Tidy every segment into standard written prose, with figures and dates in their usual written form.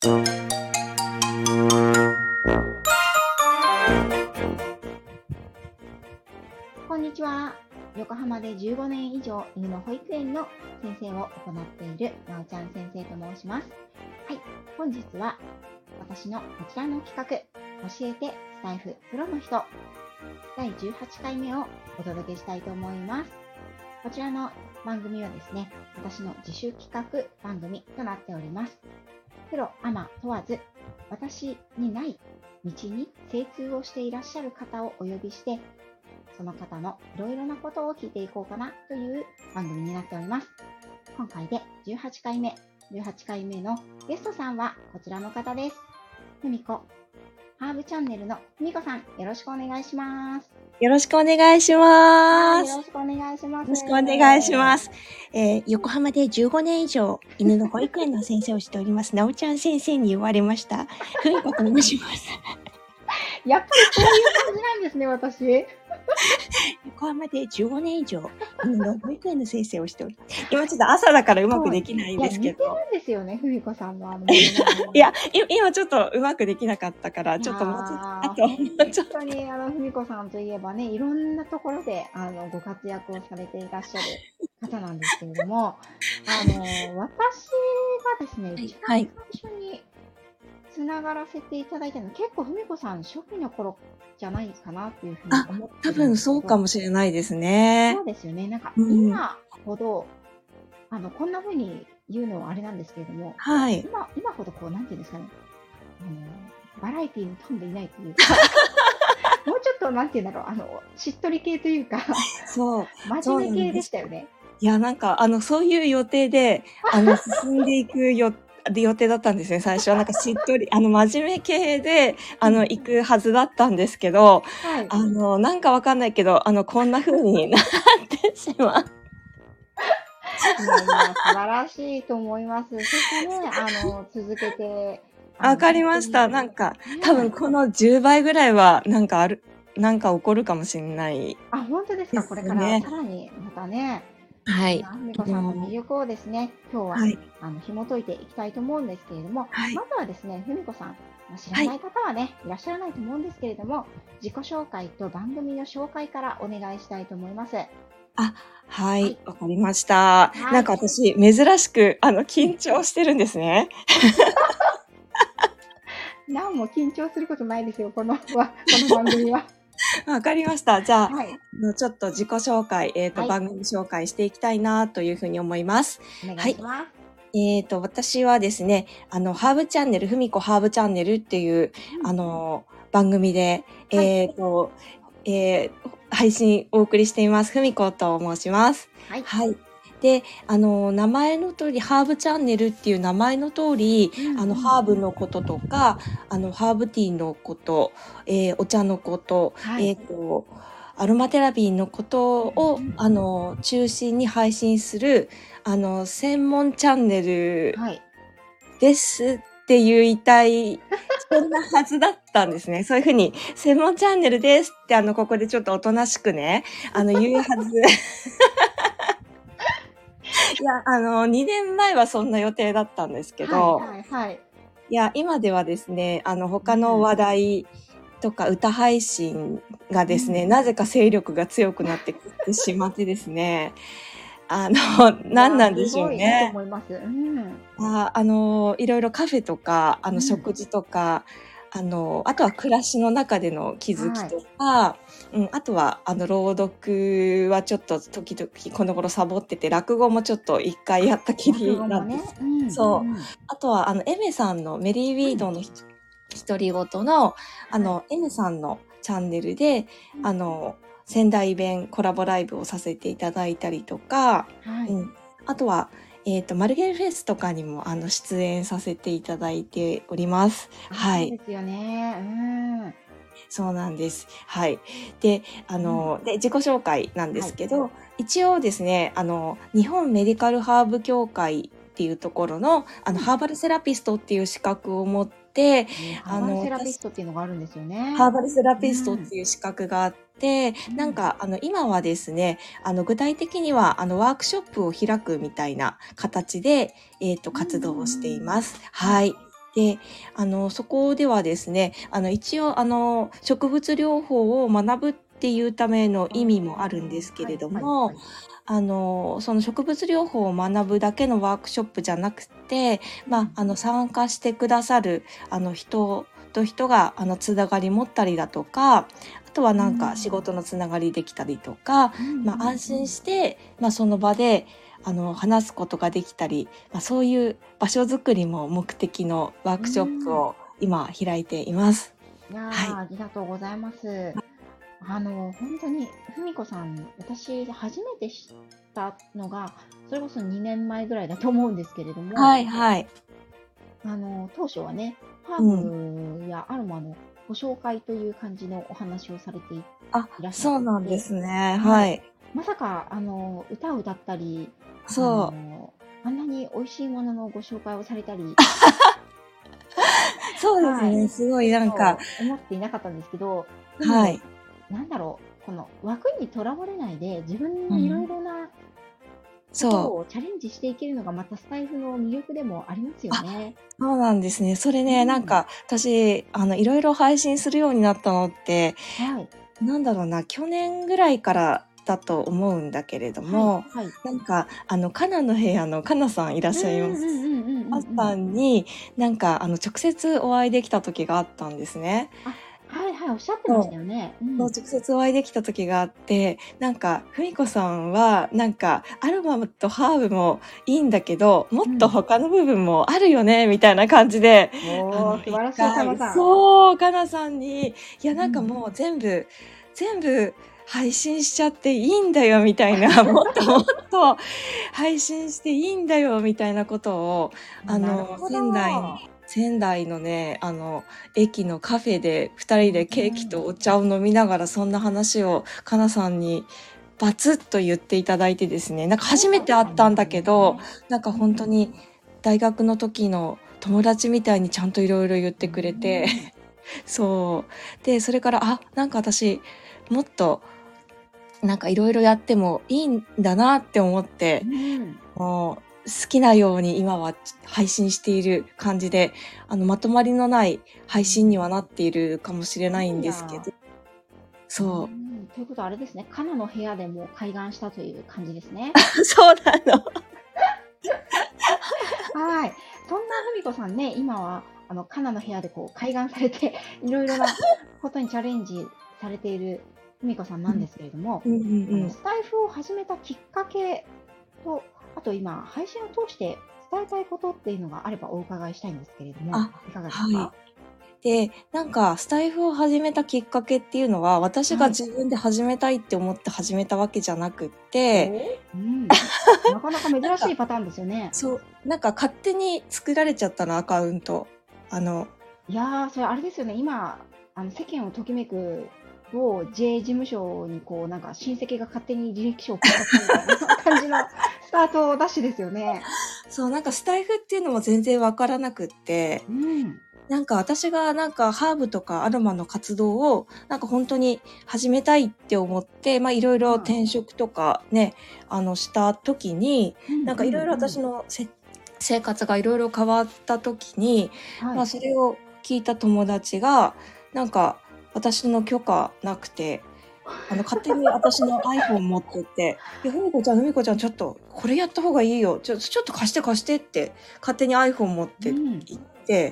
こんにちは。横浜で15年以上犬の保育園の先生を行っているなおちゃん先生と申します。はい、本日は私のこちらの企画、教えてスタイフプロの人、第18回目をお届けしたいと思います。こちらの番組はですね、私の自主企画番組となっております。プロ、アマ問わず、私にない道に精通をしていらっしゃる方をお呼びして、その方のいろいろなことを聞いていこうかなという番組になっております。今回で18回目のゲストさんはこちらの方です。ふみこハーブチャンネルのふみこさん、よろしくお願いします。 よろしくお願いします。 よろしくお願いします。 よろしくお願いします。横浜で15年以上犬の保育園の先生をしておりますなおちゃん先生に言われましたふみこと申します。 やっぱりそういう感じなんですね、私。 横浜で15年以上犬の保育園の先生をしております。今ちょっと朝だからうまくできないんですけど。 いや、似てるんですよね、ふみこさんのいや、今ちょっとうまくできなかったから、ちょっともうちょっと、あと、 本当にふみこさんといえばね、いろんなところでご活躍をされていらっしゃる方なんですけれども、私がですね、一番最初につながらせていただいたの、結構ふみこさん初期の頃じゃないかなっていうふうに思ってるんですけど。 多分そうかもしれないですね。 そうですよね。なんか今ほど、こんな風に言うのはあれなんですけれども、 はい。 今ほどこう、なんていうんですかね、バラエティに富んでいないというか、もうちょっとなんていうんだろう、しっとり系というか、 そう。 真面目系でしたよね。 いや、なんか、そういう予定で、進んでいく予定だったんですね、最初は。なんかしっとり、真面目系で、行くはずだったんですけど、 はい。 なんかわかんないけど、こんな風になってしまう。 いやいや、素晴らしいと思います。そしてね、続けて。 わかりました。なんか、多分この10倍ぐらいは、なんか起こるかもしれない。 本当ですか。これからさらにまたね、 はい。 ふみこさんの魅力をですね、今日は、紐解いていきたいと思うんですけれども、まずはですね、ふみこさん、知らない方はね、いらっしゃらないと思うんですけれども、自己紹介と番組の紹介からお願いしたいと思います。 はい、わかりました。なんか私、珍しく、緊張してるんですね。 何も緊張することないですよ、この番組は。 わかりました。じゃあ、ちょっと自己紹介、番組紹介していきたいなというふうに思います。 お願いします。 私はですね、ハーブチャンネル、ふみこハーブチャンネルっていう、番組で、配信お送りしています。ふみこと申します。はい。で、名前の通り、ハーブチャンネルっていう名前の通り、ハーブのこととか、ハーブティーのこと、お茶のこと、アロマテラピーのことを、中心に配信する、専門チャンネルですって言いたい、そんなはずだったんですね。そういうふうに、専門チャンネルですって、ここでちょっとおとなしくね、言うはず。いや、2年前はそんな予定だったんですけど、いや、今ではですね、他の話題とか歌配信がですね、なぜか勢力が強くなってきてしまってですね、何なんでしょうね。 いいと思います。 いろいろカフェとか、食事とか、あとは暮らしの中での気づきとか、あとは、朗読はちょっと時々この頃サボってて、落語もちょっと一回やったきりなんです。そう。あとは、エメさんのメリーウィードの独り言の、エメさんのチャンネルで、仙台弁コラボライブをさせていただいたりとか、あとは、マルゲルフェスとかにも出演させていただいております。はい。 そうですよね。 そうなんです。はい。で、で、自己紹介なんですけど、一応ですね、日本メディカルハーブ協会っていうところの、ハーバルセラピストっていう資格を持って、 ハーバルセラピストっていうのがあるんですよね。 ハーバルセラピストっていう資格があって、なんか、今はですね、具体的には、ワークショップを開くみたいな形で、活動をしています。はい。 で、そこではですね、一応、植物療法を学ぶっていうための意味もあるんですけれども、その植物療法を学ぶだけのワークショップじゃなくて、参加してくださる、人と人が、つながり持ったりだとか、あとはなんか仕事のつながりできたりとか、安心して、その場で、話すことができたり、そういう場所づくりも目的のワークショップを今開いています。 いやー、ありがとうございます。本当に、ふみこさん、私、初めて知ったのが、それこそ2年前ぐらいだと思うんですけれども、 はいはい。 当初はね、ハうん。 ーブやアロマのご紹介という感じのお話をされていあ、 らっしゃっそうなんでて、 すね。 は。 はいい。 まさか、歌を歌ったり、 そう。 あんなに美味しいもののご紹介をされたり、 そうですはい、 ね。すごいなんか、 思っていなかったんですけど、でも、 はい。 なんだろう、この枠にとらわれないで、自分のいろいうん。 ろなことそう。 をチャレンジしていけるのがまたスタイフの魅力でもありますよあ、 ね。 そうなんですね。それね、なんうん。 か私、いろいろ配信するようになったのって、 はい。 なんだろうな、去年ぐらいからだと思うんだけれどはい。 も、 はい。 なんか、カナの部屋のカナさんいらっうんしゃいます。 うんうんうんうんカナうんうん。 さんに、なんか、直接お会いできた時があったんですね。 あ、はいはい、おっしゃってましそう。 たよね。うそう、 ん。 直接お会いできた時があって、なんか、ふみこさんは、なんか、アロマとハーブもいいんだけど、もっとうん。 他の部分もあるよね、みたいな感じで、 おー、素一晴らしい、かな回、 さん。 そう、かなさんに、いや、なんかうん。 もう全部配信しちゃっていいんだよ、みたいな、もっともっと配信していいんだよ、みたいなことを、 なるほど。 仙台のね、駅のカフェで2人でケーキうん。 とお茶を飲みながらそんな話をかなさんにバツッと言っていただいてですね、なんか初そうだめて会ったんだったんですけど、 ね。 なんかうん。 本当に大学の時の友達みたいにちゃんといろいろ言っうてくれて、 ん。 そう。で、それから、なんか私、もっと、なんかいろいろやってもいいんだなって思っうて、 ん。 もう好きなように今は配信している感じで、まとまりのない配信にはなっているかもしれないんいやですけど、 ー、うそう。 ん。ということはあれですね、カナの部屋でも開眼したという感じですね。 そうなの。 はい。そんなふみこさんね、今は、カナの部屋でこう、開眼されて、いろいろなことにチャレンジされているふみこさんなんですけれども、 うんうんうん。 スタイフを始めたきっかけと、あと今、配信を通して伝えたいことっていうのがあればお伺いしたいんですけれども、 あ、 いかがですはい。 か？ で、なんかスタイフを始めたきっかけっていうのは、私がはい。 自分で始めたいって思って始めたわけじゃなくって、 うん。なかなか珍なんか、 しいパターンですよね。 そう、なんか勝手に作られちゃったの、アカウント。あの、 いやー、それあれですよね、今、世間をときめく某 J 事務所にこう、なんか親戚が勝手に履歴書を送っちゃったみたいな感じのスタートダッシュですよね。 そう、なんかスタイフっていうのも全然わからなくって、 うん。 なんか私がなんかハーブとかアロマの活動をなんか本当に始めたいって思って、いろいろはい。 転職とかね、した時に、 うんなんかいろいろうんうん。 私の生活がいろいろ変わった時に、 はい。 それを聞いた友達が、なんか私の許可なくて、勝手に私の iPhone 持ってって、いや、ふみこちゃん、ちょっと、これやった方がいいよ。ちょっと貸してって、勝手に iPhone 持ってうん。 行って、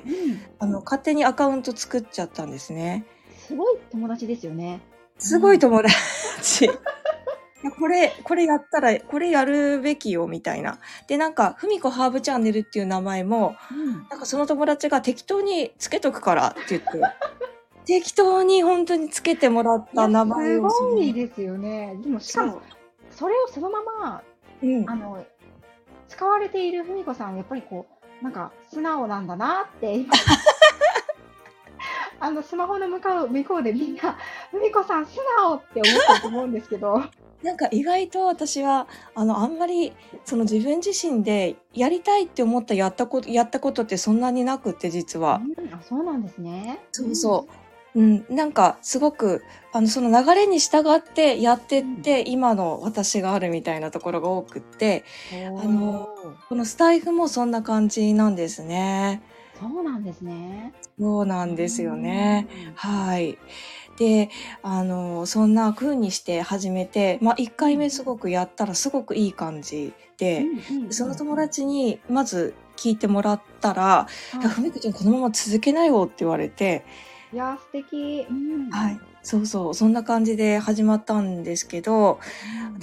うん。 勝手にアカウント作っちゃったんですね。 すごい友達ですよね。うすごいん。 友達。いや、これやったら、これやるべきよ、みたいな。で、なんか、ふみこハーブチャンネルっていう名前も、 うん。 なんかその友達が適当につけとくからって言って、適当に本当につけてもらっいや、 た名前すを、 ごいですよね。でもしかも、 そう。 それをそのまま、 うん。 あの、使われているふみこさんはやっぱりこう、なんか素直なんだなって今スマホの向こうでみんな、ふみこさん素直って思ってると思うんですけど。 なんか意外と私は、あんまり、その自分自身でやりたいって思ったやったことってそんなになくって、実は。 うん、あ、そうなんですね。うん。 そうそう。うん、なんかすごく、その流れに従ってやってっうん。 て、今の私があるみたいなところが多くって、 おあの、 お。 このスタイフもそんな感じなんですね。 そうなんですね。 そうなうーんですよね。 ん。 はい。で、そんな風にして始めて、1 うん。 回目すごくやったらすごくいい感じで、 うんうんそのうん。 友達にまず聞いてもらったら、いや、 はい。 ふみこちゃんこのまま続けなよって言われて、 いや、素敵。うん。 はい。そうそう、そんな感じで始まったんですけど、 うん。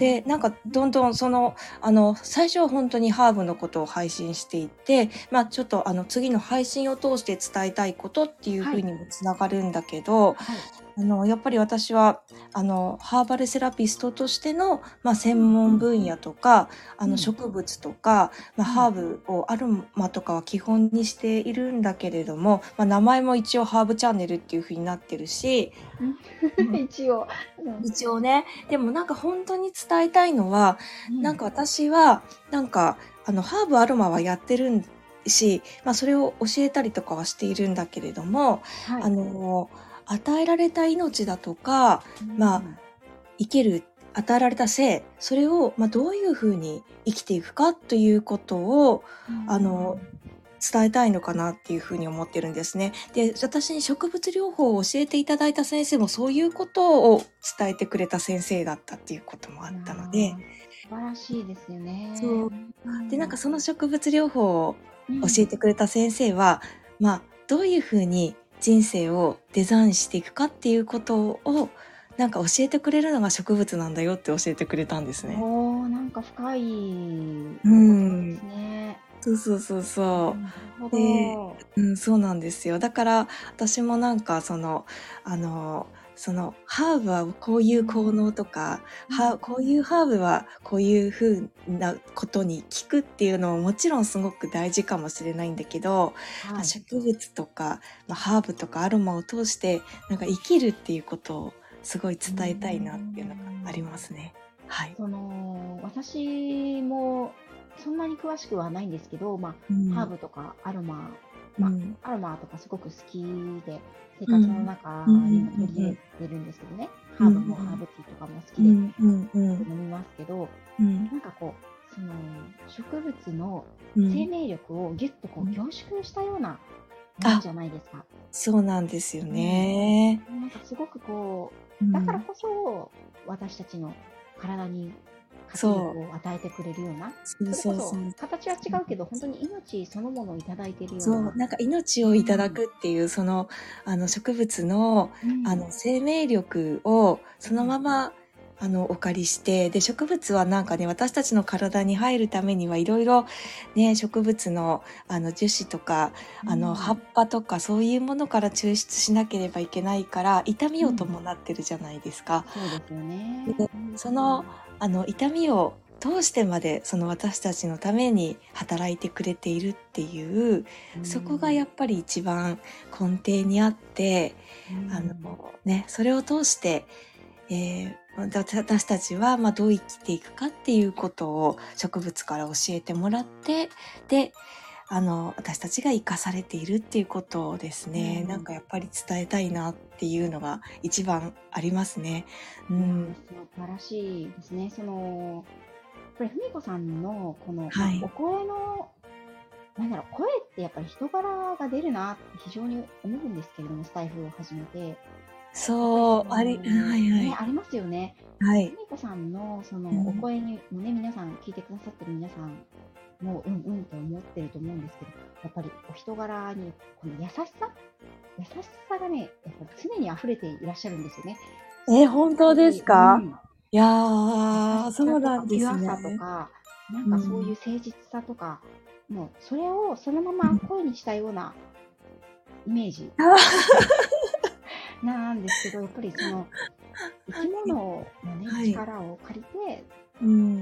で、なんかどんどん最初は本当にハーブのことを配信していて、ちょっと次の配信を通して伝えたいことっていうはい。 風にもつながるんだけど、 はい。 やっぱり私は、ハーバルセラピストとしての、専うんうん。 門分野とか、 うん。 植物とか、 うん。 ハーブをアロマとかは基本にしているんだけれども、名前も一応ハーブチャンネルっていう風になってるし、 うん。 うん、 一応。うん。 一応ね、でもなんか本当に伝えたいのは、 うん。 なんか私は、なんか、ハーブアロマはやってるし、それを教えたりとかはしているんだけれども、 はい。 あの、与えられた命だとか、 うまあ、 ん。 生きる、与えられた生、それを、どういうふうに生きていくかということを、 うあの、 ん。 伝えたいのかなっていうふうに思ってるんですね。で、私に植物療法を教えていただいた先生もそういうことを伝えてくれた先生だったっていうこともあいやったので、 ー、素晴らしいですよね。 そう。 うで、なんかん。 その植物療法を教えうん。 てくれた先生は、どういうふうに人生をデザインしていくかっていうことを、なんか教えてくれるのが植物なんだよって教えてくれたんですね。 おー、なんか深いうお言葉でん。 すね。 そうそうそうそなるほう。で、 ど。 そうなんですよ。だから、私もなんかあの、ハーブはこういう効うん。 能とか、 うん。 こういうハーブはこういう風なことに効くっていうのももちろんすごく大事かもしれないんだけど、 はい。 植物とか、ハーブとかアロマを通して、なんか生きるっていうことをすごいうー伝えたいなっていうのがありん。 ますね。はい。 私もそんなに詳しくはないんですけど、ハーうん。 ブとかアロマ、 うん。 アロマとかすごく好きで、生活のうん。うん中にも取り入れうんうんてるんですけどね。 うん。 ハーブもハーうんブティーとかも好きでうんうんうん。 よく飲みますけど、 うん。 なんかこう、植物の生うん。 命力をギュッとこううん。 凝縮したようなものあ、 じゃないですか。 そうなんですようん。 ね。 なんかすごくこう、だからうん。 こそ私たちの体に活そう。 力を与えてくれるような、 そうそれこそそうそう。 形は違うけど、本当に命そのものをいただいているようそう、 な、 なんか命うをいただん、 くっていう、植物の、 うん、 生命力をそのうん、 まま、お借りして、で、植物はなんかね、私たちの体に入るためにはいろいろね、植物の、樹脂とか、 うん、 葉っぱとかそういうものから抽出しなければいけないから、痛みをうん、 伴ってるじゃないですか。 そうですよね。 で、 うん、 その、痛みを通してまで、私たちのために働いてくれているっていう、 うそこがやん、 っぱり一番根底にあって、 うん、 それを通して、私たちは、どう生きていくかっていうことを植物から教えてもらって、で、私たちが生かされているっていうことをですね、なんうん。 かやっぱり伝えたいなっていうのが一番ありますね。ういやん。 ー、素晴らしいですね。やっぱりふみこさんのこの、おはい。 声のなんだろう、声ってやっぱり人柄が出るなって非常に思うんですけれども、スタイフを始めて。やっぱりそう、はいはい。 ありますよね。 はい。 ふみこさんのおうん。 声にもね、皆さん聞いてくださってる皆さんも、うんうんって思ってると思うんですけど、やっぱりお人柄に、この優しさがね、やっぱり常に溢れていらっしゃるんですよね。 本当ですすごい、うか？ ん。 いや優しー、そうさとかなんですね。 ピュアさとか、なんかそういううん。 誠実さとか、もうそれをそのまま声にしたようなイメージなんですけど、やっぱり生き物のね、 はい。 力を借りて、 うん。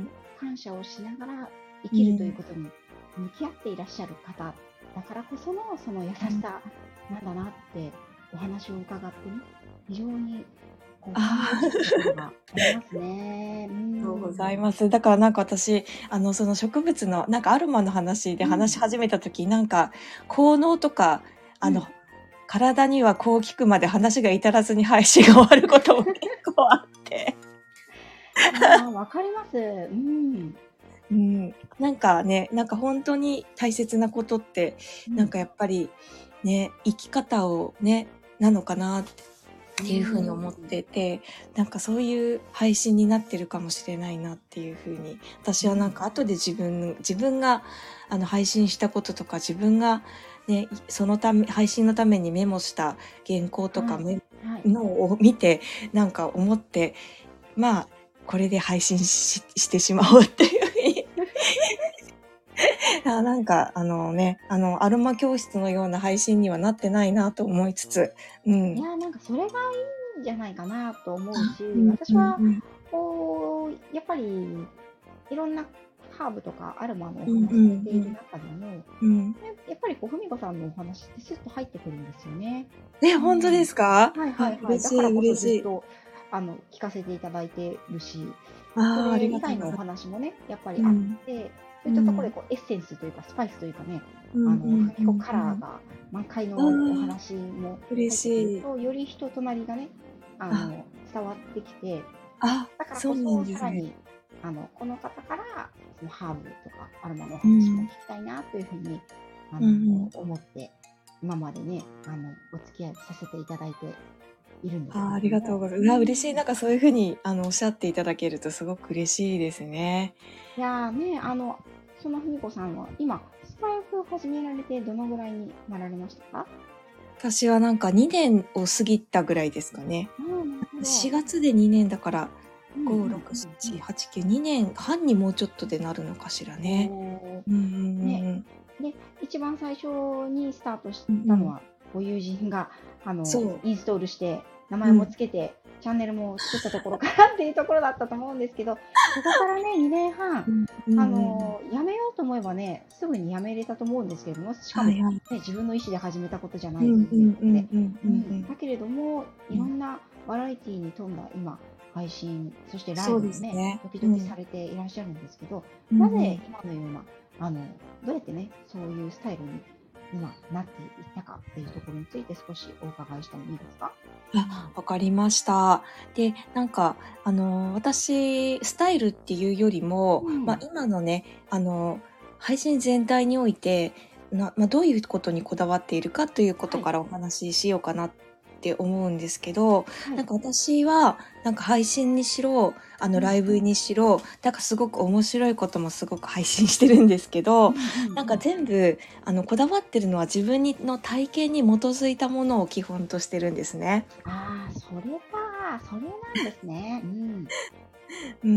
感謝をしながら生きるといううん。 ことに向き合っていらっしゃる方だからこそのその優しうん。 さなんだなってお話を伺ってね、非常にこう感動あしたところあ。 がありますね。うありがとうございん。 ます。だからなんか私、その植物の、なんかアロマの話でうん。 話し始めた時、なんか、効能とか、 うん。 体にはこう効くまで話が至らずに配信が終わることも結構あって。 いやー、わかります。うん。 うん、なんかね、なんか本当に大切なことって、なんかやっぱりね、生き方をね、なのかなっていうふうに思ってて、なんかそういう配信になってるかもしれないなっていうふうに、私はなんか後で自分が配信したこととか、自分がね、そのため、配信のためにメモした原稿とかのを見て、なんか思って、まあ、これで配信してしまおうっていうふうになんか、アロマ教室のような配信にはなってないなと思いつつ、 いや、なんかそれがいいんじゃないかなと思うし、私うんは、 うんこう、やっぱり、いろんなハーブとかアロマのおうん話をしている中でも、 うんやっぱりこう、ふみこさんのお話ってスッと入ってくるんですよね。 本当ですか？ はいはいはい。 嬉しい、 だからこそ嬉しい。 ずっと、聞かせていただいてるし、そありれ以外のおがとうございます。 話もね、やっぱりあっうん。 て、そういったところでこうエッセンスというか、スパイスというかね、 うんふみこカラーが満開のお話も嬉入ってくるしい。 と、より人となりがね、 あ、 伝わってきて、だからそうなんこそ、 ですね。 さらに、この方から、そのハーブとかアロマのおうん。 話も聞きたいなというふうに、思って、今までね、お付き合いさせていただいているんですけありがれども。 とうございます。嬉しい。なんかそういう風に、おっしゃっていただけるとすごく嬉しいですね。 いやーね、そのふみこさんは、今、スタイフを始められてどのぐらいになられましたか？ 私はなんか2年を過ぎたぐらいですかね。 なるほど。 4月で2年だから、5、 うんうんうん 6、7、8、9、2年半にもうちょっとでなるのかしらね。 おうんうんね、 うんで、一番最初にスタートしうんうん。 たのは、ご友人が、 そう。 インストールして、名前もうん。 つけて、チャンネルも作ったところからっていうところだったと思うんですけど、そこからね、2年半、 うんうんうん。 辞めようと思えばね、すぐに辞めれたと思うんですけれども、しかも、ね、 はいはい。 自分の意思で始めたことじゃないとうんうんいうことで、 うんうんうんだけれども、 うん。 いろんなバラエティに富んだ今、配信、そしてライそうブもね、 ですね。 時うん。 々されていらっしゃるんですけど、 うんなうん。 ぜ今のような、あの、どうやってね、そういうスタイルに今なっていったかっていうところについて少しお伺いしてもいいですか？ わかりました。で、なんか、私、スタイルっていうよりも、 うん。 今のね、配信全体において、どういうことにこだわっているかということはい。 からお話ししようかなって思うんですけど、 はい。 なんか私は、なんか配信にしろ、 うん。 ライブにしろ、なんかすごく面白いこともすごく配信してるんですけど、 うんうんなんかうん。 全部、こだわってるのは自分の体験に基づいたものを基本としてるんですね。 ああ、それか。それなんですね。うん。 うん。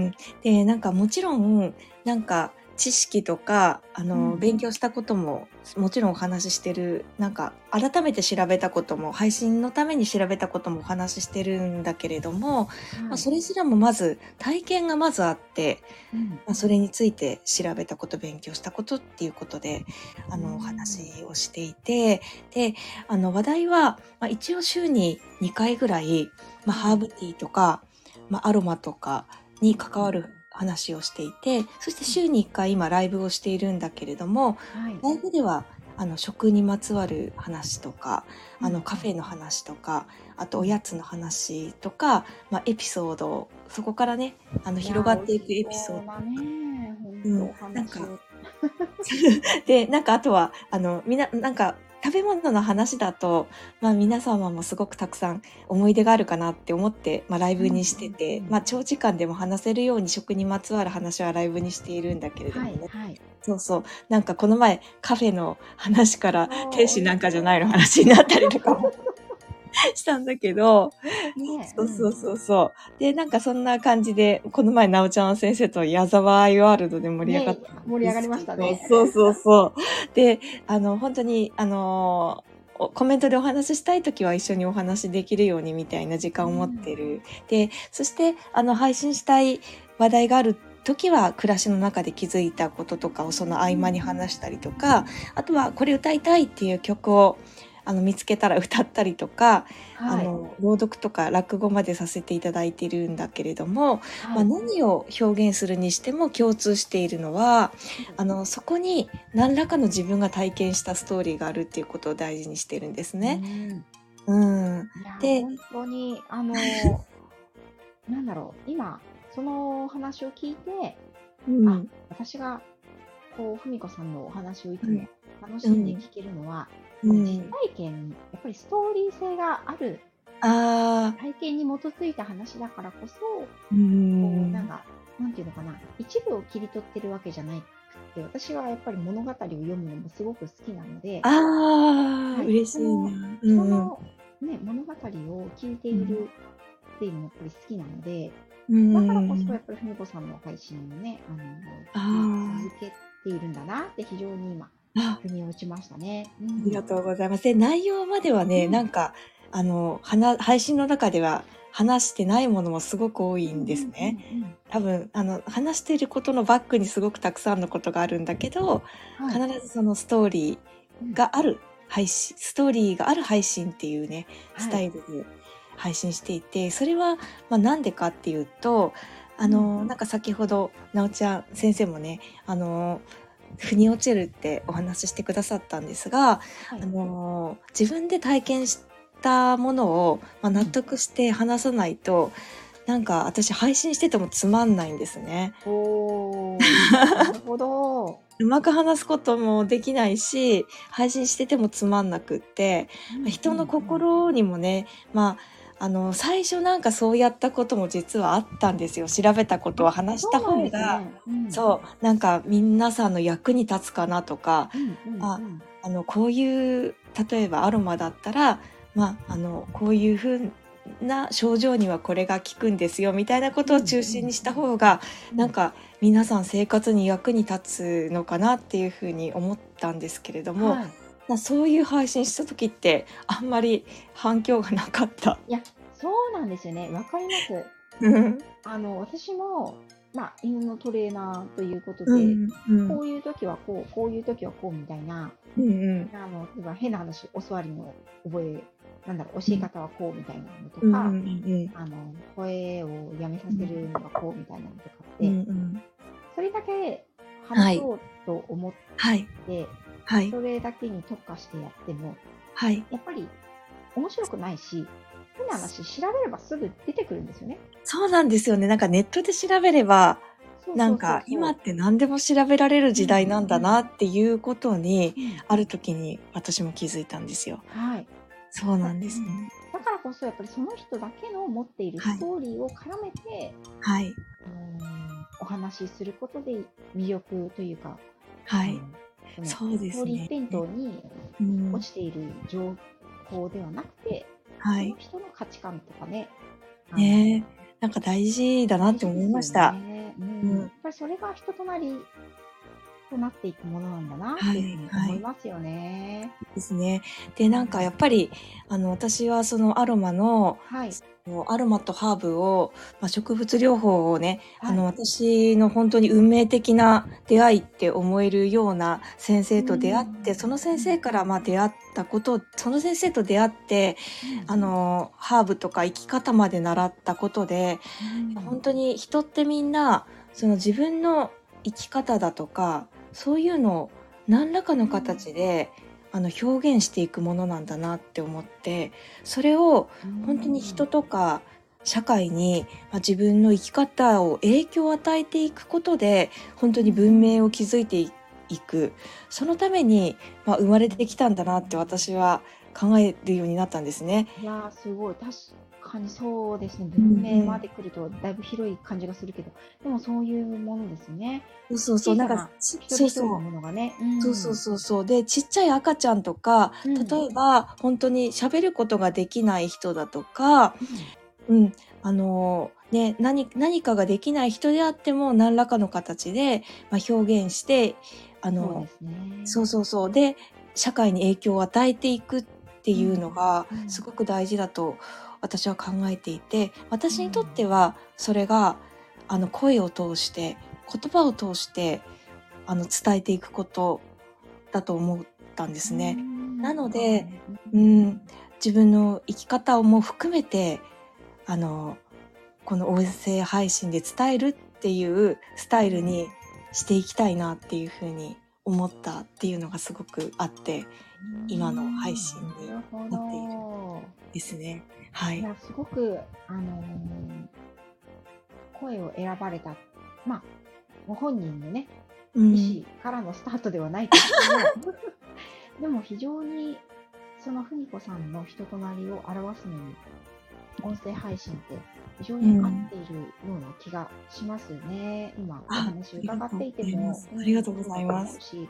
で、なんかもちろん、なんか知識とか、 うん。 勉強したことも、もちろんお話ししてる、なんか改めて調べたことも、配信のために調べたこともお話ししてるんだけれども、 はい。 それすらもまず、体験がまずあって、 うん。 それについて調べたこと、勉強したことっていうことで、 うおん。 話をしていて、で、話題は、一応週に2回ぐらい、 はい。 ハーブティーとか、アロマとかに関うん。 わる話をしていて、そしてうん。 週に1回今ライブをしているんだけれども、 はい。 ライブでは、食にまつわる話とか、 うん。 カフェの話とか、あとおうん。 やつの話とか、エピソード、そこからね、 いやー、美広がっていく味しエピソードそうなね、ほんとおなんか、 話を。 で、なんかあとは、なんか、食べ物の話だと、皆様もすごくたくさん思い出があるかなって思って、ライうんうんブにしてて、 うん。 長時間でも話せるように食にまつわる話はライブにしているんだけれどはもね。 いはい。 そうそう。なんかこの前、カフェの話から天そう、美味し使なんかじゃないのそ話になったりとかもしたんだけど、 う。ね、うん。 そうそうそうそう。で、なんかそんな感じで、この前、なおちゃん先生と矢沢アイワールドで盛り上がっね、 たん盛り上がりですけど、 ましたね。 そうそうそう。で、本当に、コメントでお話ししたいときは一緒にお話しできるようにみたいな時間を持ってうん。 る。で、そして、配信したい話題がある時は、暮らしの中で気づいたこととかをその合間に話したりとか、あとはこれ歌いたいっていう曲を、見つけたら歌ったりとか、 はい。 朗読とか落語までさせていただいているんだけれども、 はい。 何を表現するにしても共通しているのは、そこに何らかの自分が体験したストーリーがあるっていうことを大事にしてるんですうね。 ん。 うん。 いや、 で、 本当に、なんだろう、今、そのお話を聞いて、 私がふみこさんのお話をいつもうん。 楽しんで聞けるのは、実体験、やっぱりストーリー性があるああ、 体験に基づいた話だからこそ、 うん。 なんていうのかな、一部を切り取ってるわけじゃないくて、私はやっぱり物語を読むのもすごく好きなので、 ああ、 はい、 嬉しいな。 人の、ね、物語を聞いているうん。 っていうのもやっぱり好きなので、 うだからこそやん。 っぱりふみこさんの配信をね、 あ聞き続けているんだなって非常に今、 あ、 腑に落ちましたね。うありがん。 とうございます。で、内容まではね、 うん。 配信の中では話してないものもすごく多いんうんうんですね。 うん多分、話していることのバックにすごくたくさんのことがあるんだけど、 うん。は必い。 ずそのストーリうん。 ーがあるストーリーがある配信っていうね、スはい。 タイルで配信していて、それは、なんでかっていうと、 うん。 なんか先ほど、なおちゃん先生もね、腑に落ちるってお話ししてくださったんですが、 はい。 自分で体験したものを、納うん。 得して話さないと、なんか私配信しててもつまんないんですね。 おー、なるほど。 うまく話すこともできないし、配信しててもつまんなくって、 うんう人のんうん。 心にもね、最初なんかそうやったことも実はあったんですよ。調べたことをあ、 話したそうなん方が、 ですね。うん。 そう、なんか皆さんの役に立つかなとか、 うんうんあ、 うん。 こういう、例えばアロマだったら、こういう風な症状にはこれが効くんですよ、みたいなことをうんう中心にしたんうん方が、 うん。 なんか皆さん生活に役に立つのかなっていうふうに思ったんですけれども、 はい。 そういう配信した時ってあんまり反響がなかった。 いや、そうなんですよね。わかります。 うん、 私も、犬のトレーナーということで、 うん、うん、 こういう時はこう、こういう時はこうみたいな、 うん、うん、 例えば変な話、教わりの教うん、 え方はこうみたいなのとうん、うか、 ん、 声をやめさせるのはこうみたいなのとかっうん、 て、 うん、 それだけはい、 話そうと思っはい、 て、 はい、 それだけに特化してやっても、 はい。 やっぱり面白くないし、変な話、調べればすぐ出てくるんですよね。 そうなんですよね。なんかネットで調べれば、 そうそうそうなんか今そって何でも調べられるう。うん、 時代なんうん、 だなっていうことに、 うん。 ある時に私も気づいたんですよ。 はい。 そうなんうん。 ですね。 だからこそ、やっぱりその人だけの持っているはい。 ストーリーを絡めて、 はい。 お話しすることで魅力というか、 はい。 あの、そのそうでストーリーすね。 一辺倒にうん。 落ちている情報ではなくて、 はい。 その人の価値観とかね、あの、 ねえ。なんか大事だなって思い大事ですよました。 ね。うん。やっうん。 ぱりそれが人となりとなっていくものなんだなっていうふうはい。 に思いはい。 ますよね。 ですね。で、なんかやうん。 っぱり、私はそのはい。 アロマとハーブを、植物療法をね、 はい。 私の本当に運命的な出会いって思えるような先う生と出会って、 ん。 その先うん。 生から出会ったこと、その先生と出会って、 うん。 ハーブとか生き方まで習ったことで、 うん。 本当に人ってみんな、その自分の生き方だとか、そういうのを何らかのうん。 形で、表現していくものなんだなって思って、それをう本当に人ん。 とか社会に、自分の生き方を影響を与えていくことで、本当にうん。 文明を築いていく。そのために、生まれてきたんだなって私は考えるようになったんですね。 いやー、すごい。確かにそうですね。 うん文明うん。 まで来るとだいぶ広い感じがするけど、でもそういうものですね。 そうそうそう。なんか、 小さな一人一人のそうそう。 ものがね。うそうそうん。 そうそう。で、ちっちゃい赤ちゃんとか、 うん。 例えば本当に喋ることができない人だとか、 うん。 うん、何かができない人であっても何らかの形で、表現して、あの、 そうですね。 そうそうそう。で、社会に影響を与えていくっていううん。 のがうん。 すごく大事だと私は考えていて、 う私にとってん。 はそれが、声を通して、言葉を通して、伝えていくことだと思ったんでうすね。 ん。 なので、 はい。 うん、自分の生き方をも含めて、あの、この音声配信で伝えるっていうスタイルにしていきたいなっていうふうに思ったっていうのがすごくあって、 うん。 今の配信になるほなっているど。 ですね。はい。 いや、すごく、声を選ばれた。まあ、 ご本人のね、 うん意思からのスタートではないとしても、でも非常にそのふみこさんの人となりを表すのに、音声配信って非常に合っているような気がしますよね。今お話を伺っていても、 ありがとうございます。 し、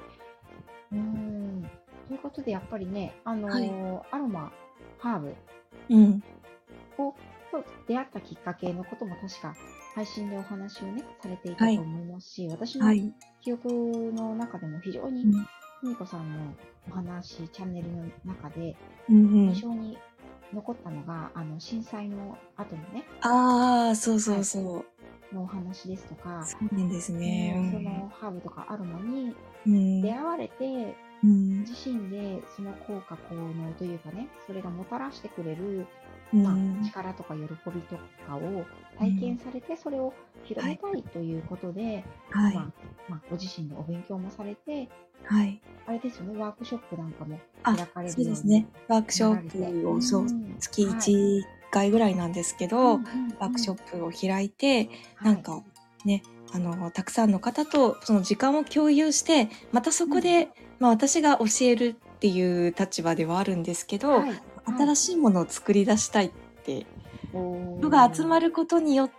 ということでやっぱりね、アロマ、ハーブをと出会ったきっかけのことも確か配信でお話をね、されていたと思いますし、私の記憶の中でも非常にふみこさんのお話、チャンネルの中で印象に残ったのが、震災の後のね、 そうそうそう。 のお話ですとか、 そうなんですね。 そのハーブとかアロマに出会われて、自身でその効果効能というかね、それがもたらしてくれる、力とか喜びとかを体験されて、それを広めたいということで、ご自身でお勉強もされて、あれですよね、ワークショップなんかも開かれるように。 そうですね。ワークショップを月1回ぐらいなんですけど、ワークショップを開いて、なんかね、たくさんの方とその時間を共有して、またそこで、私が教えるっていう立場ではあるんですけど、新しいものを作り出したいって人が集まることによって、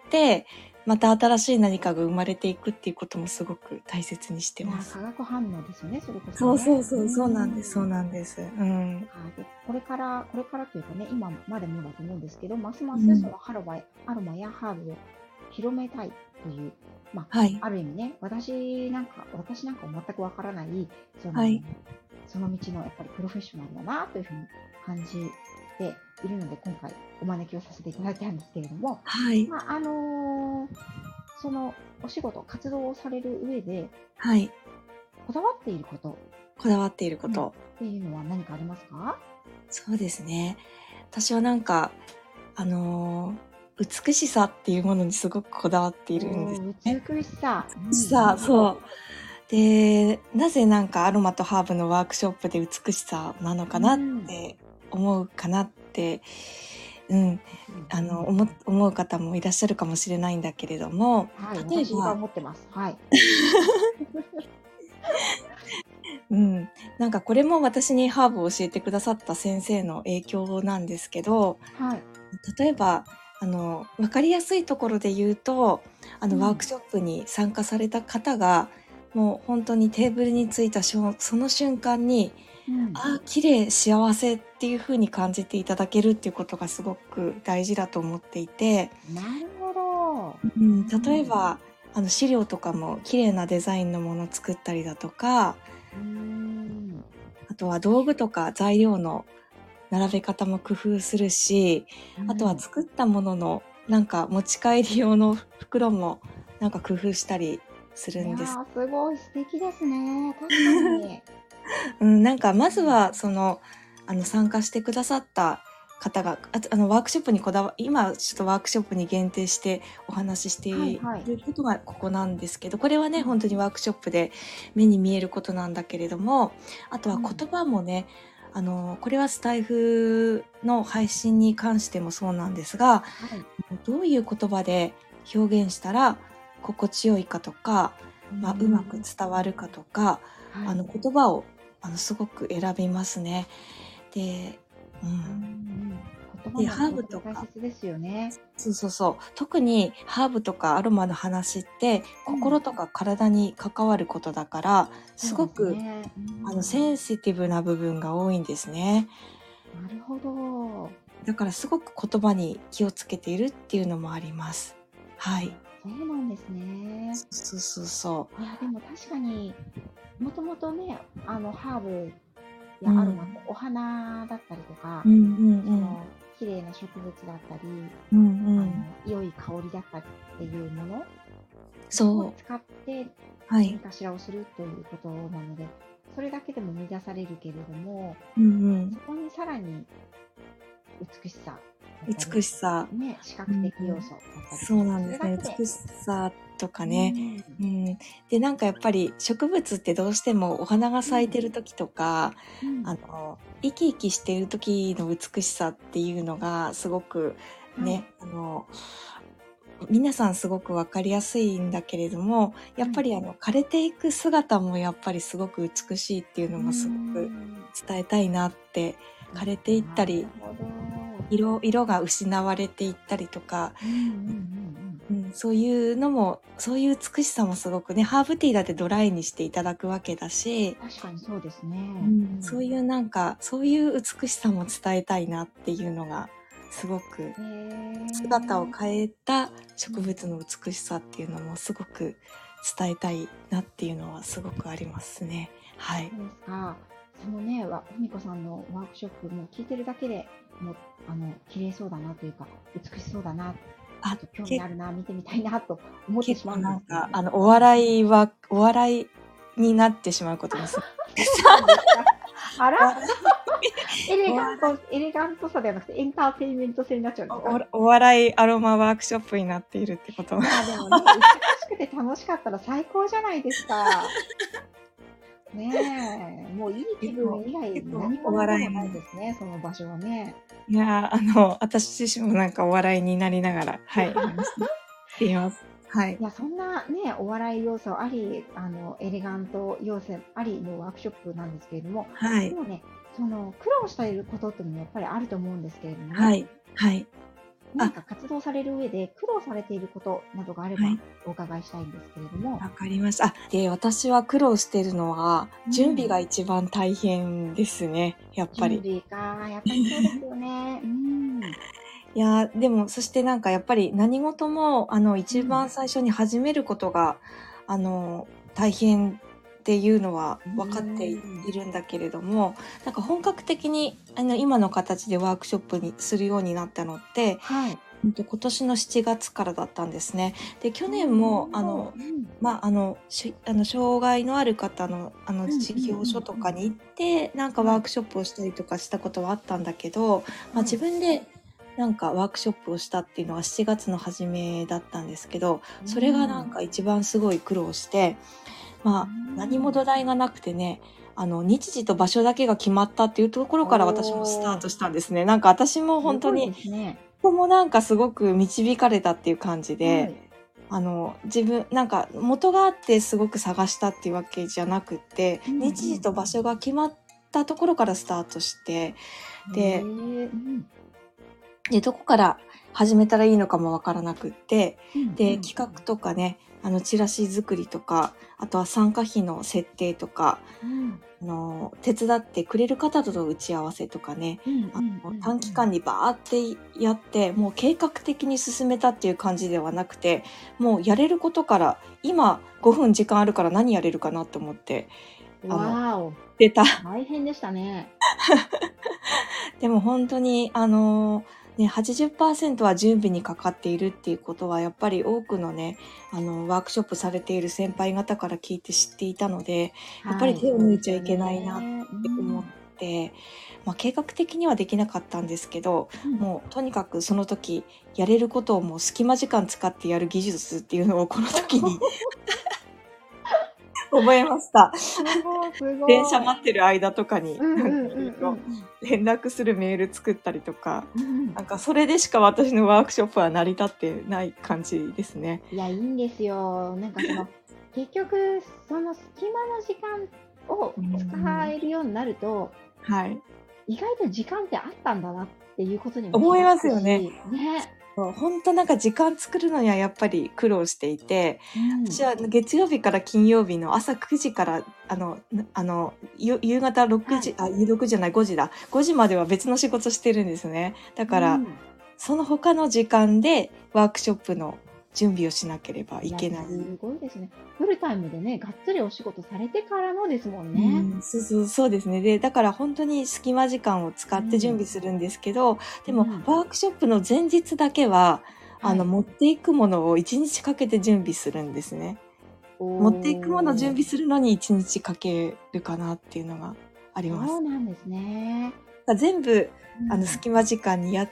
また新しい何かが生まれていくっていうこともすごく大切にしてます。 化学反応ですよね、それこそ、ね。 そうなんです、そうなんです。でこれからというかね、今までもだと思うんですけど、ますますそのアロマやハーブを広めたいという、ある意味ね、私なんか全くわからない、その道のやっぱりプロフェッショナルだなというふうに感じているので、今回お招きをさせていただいたんですけれども、そのお仕事、活動をされる上で、こだわっていることっていうのは何かありますか？ そうですね。私はなんか、美しさっていうものにすごくこだわっているんですね。 美しさ。 そう。で、なぜなんかアロマとハーブのワークショップで美しさなのかなって思うかなって、思う方もいらっしゃるかもしれないんだけれども、 例えば私が思ってます。 なんかこれも私にハーブを教えてくださった先生の影響なんですけど、例えば分かりやすいところで言うとワークショップに参加された方がもう本当にテーブルに着いたその瞬間に、綺麗幸せっていう風に感じていただけるっていうことがすごく大事だと思っていて、 なるほど。 例えば資料とかも綺麗なデザインのものを作ったりだとか、あとは道具とか材料の並べ方も工夫するし、あとは作ったもののなんか持ち帰り用の袋もなんか工夫したりするんです。 すごい素敵ですね。確かに。なんかまずはその参加してくださった方がワークショップに今ちょっとワークショップに限定してお話ししていることがここなんですけど、これはね本当にワークショップで目に見えることなんだけれども、あとは言葉もね、これはスタイフの配信に関してもそうなんですが、どういう言葉で表現したら心地よいかとか、うまく伝わるかとか、言葉をすごく選びますね。で、ハーブとか大切ですよね。 そう特にハーブとかアロマの話って心とか体に関わることだから、すごくセンシティブな部分が多いんですね。 なるほど。 だからすごく言葉に気をつけているっていうのもあります。 そうなんですね。 そう。 いやでも確かにもともとねハーブやアロマってお花だったりとか、綺麗な植物だったり、良い香りだったりっていうものを使って何かしらをするということなので、それだけでも満たされるけれども、そこにさらに美しさ、ね、視覚的要素だったり、 そうなんですね。美しさとかね、でなんかやっぱり植物ってどうしてもお花が咲いてる時とか、生き生きしている時の美しさっていうのがすごくね、 皆さんすごくわかりやすいんだけれども、やっぱり枯れていく姿もやっぱりすごく美しいっていうのもすごく伝えたいなって、枯れていったり、色が失われていったりとか、そういうのも、そういう美しさもすごくね、ハーブティーだってドライにしていただくわけだし、 確かにそうですね。 そういうなんか、そういう美しさも伝えたいなっていうのが、すごく姿を変えた植物の美しさっていうのもすごく伝えたいなっていうのはすごくありますね。はい。 そうですか。そのね、ふみこさんのワークショップも聞いてるだけでもう綺麗そうだなというか、美しそうだな、ちょっと興味あるな、見てみたいなと思ってしまうんですけど、 結構なんかお笑いになってしまうこともする。 あらエレガントさではなくてエンターテインメント性になっちゃうんですか？ お笑いアロマワークショップになっているってことも。 いやでもね、忙しくて楽しかったら最高じゃないですか。ねえ、もういい気分以外何もないですね、その場所はね。 いや私自身もなんかお笑いになりながら、はい、しています。はい。 いや、そんなね、お笑い要素あり、エレガント要素ありのワークショップなんですけれども、 はい。 でもね、苦労していることっていうのもやっぱりあると思うんですけれどもね。 はい。はい。 何か活動される上で苦労されていることなどがあればお伺いしたいんですけれども。 わかりました。で、私は苦労しているのは、準備が一番大変ですね、やっぱり。 準備か、やっぱりそうですよね。 いや、でも、そしてなんかやっぱり何事も、一番最初に始めることが、大変っていうのは分かっているんだけれども、なんか本格的に、今の形でワークショップにするようになったのって、 はい。 今年の7月からだったんですね。で、去年も、障害のある方の、事業所とかに行って、なんかワークショップをしたりとかしたことはあったんだけど、自分で、なんかワークショップをしたっていうのは7月の初めだったんですけど、それがなんか一番すごい苦労して、何も土台がなくてね、日時と場所だけが決まったっていうところから私もスタートしたんですね。なんか私も本当に、ここもなんかすごく導かれたっていう感じで、自分、なんか元があってすごく探したっていうわけじゃなくって、日時と場所が決まったところからスタートして、で、どこから始めたらいいのかもわからなくって、で、企画とかね、チラシ作りとか、あとは参加費の設定とか、手伝ってくれる方との打ち合わせとかね、短期間にバーってやって、もう計画的に進めたっていう感じではなくて、もうやれることから、今5分時間あるから何やれるかなと思って、出た。 大変でしたね。 でも本当に、80% は準備にかかっているっていうことは、やっぱり多くのね、ワークショップされている先輩方から聞いて知っていたので、やっぱり手を抜いちゃいけないなって思って、計画的にはできなかったんですけど、もうとにかくその時、やれることをもう隙間時間使ってやる技術っていうのをこの時に覚えました。電車待ってる間とかに、連絡するメール作ったりとか、なんかそれでしか私のワークショップは成り立ってない感じですね。 いや、いいんですよ。なんか結局、その隙間の時間を使えるようになると、意外と時間ってあったんだなっていうことにも思いますよね。本当なんか時間作るのにはやっぱり苦労していて、私は月曜日から金曜日の朝9時から夕方6時、6じゃない5時だ。5時までは別の仕事してるんですね。だから、その他の時間でワークショップの準備をしなければいけない。 すごいですね。フルタイムでね、がっつりお仕事されてからのですもんね。 そうですね。で、だから本当に隙間時間を使って準備するんですけど、でもワークショップの前日だけは、持っていくものを1日かけて準備するんですね。持っていくものを準備するのに1日かけるかなっていうのがあります。 そうなんですね。 全部、隙間時間にやって、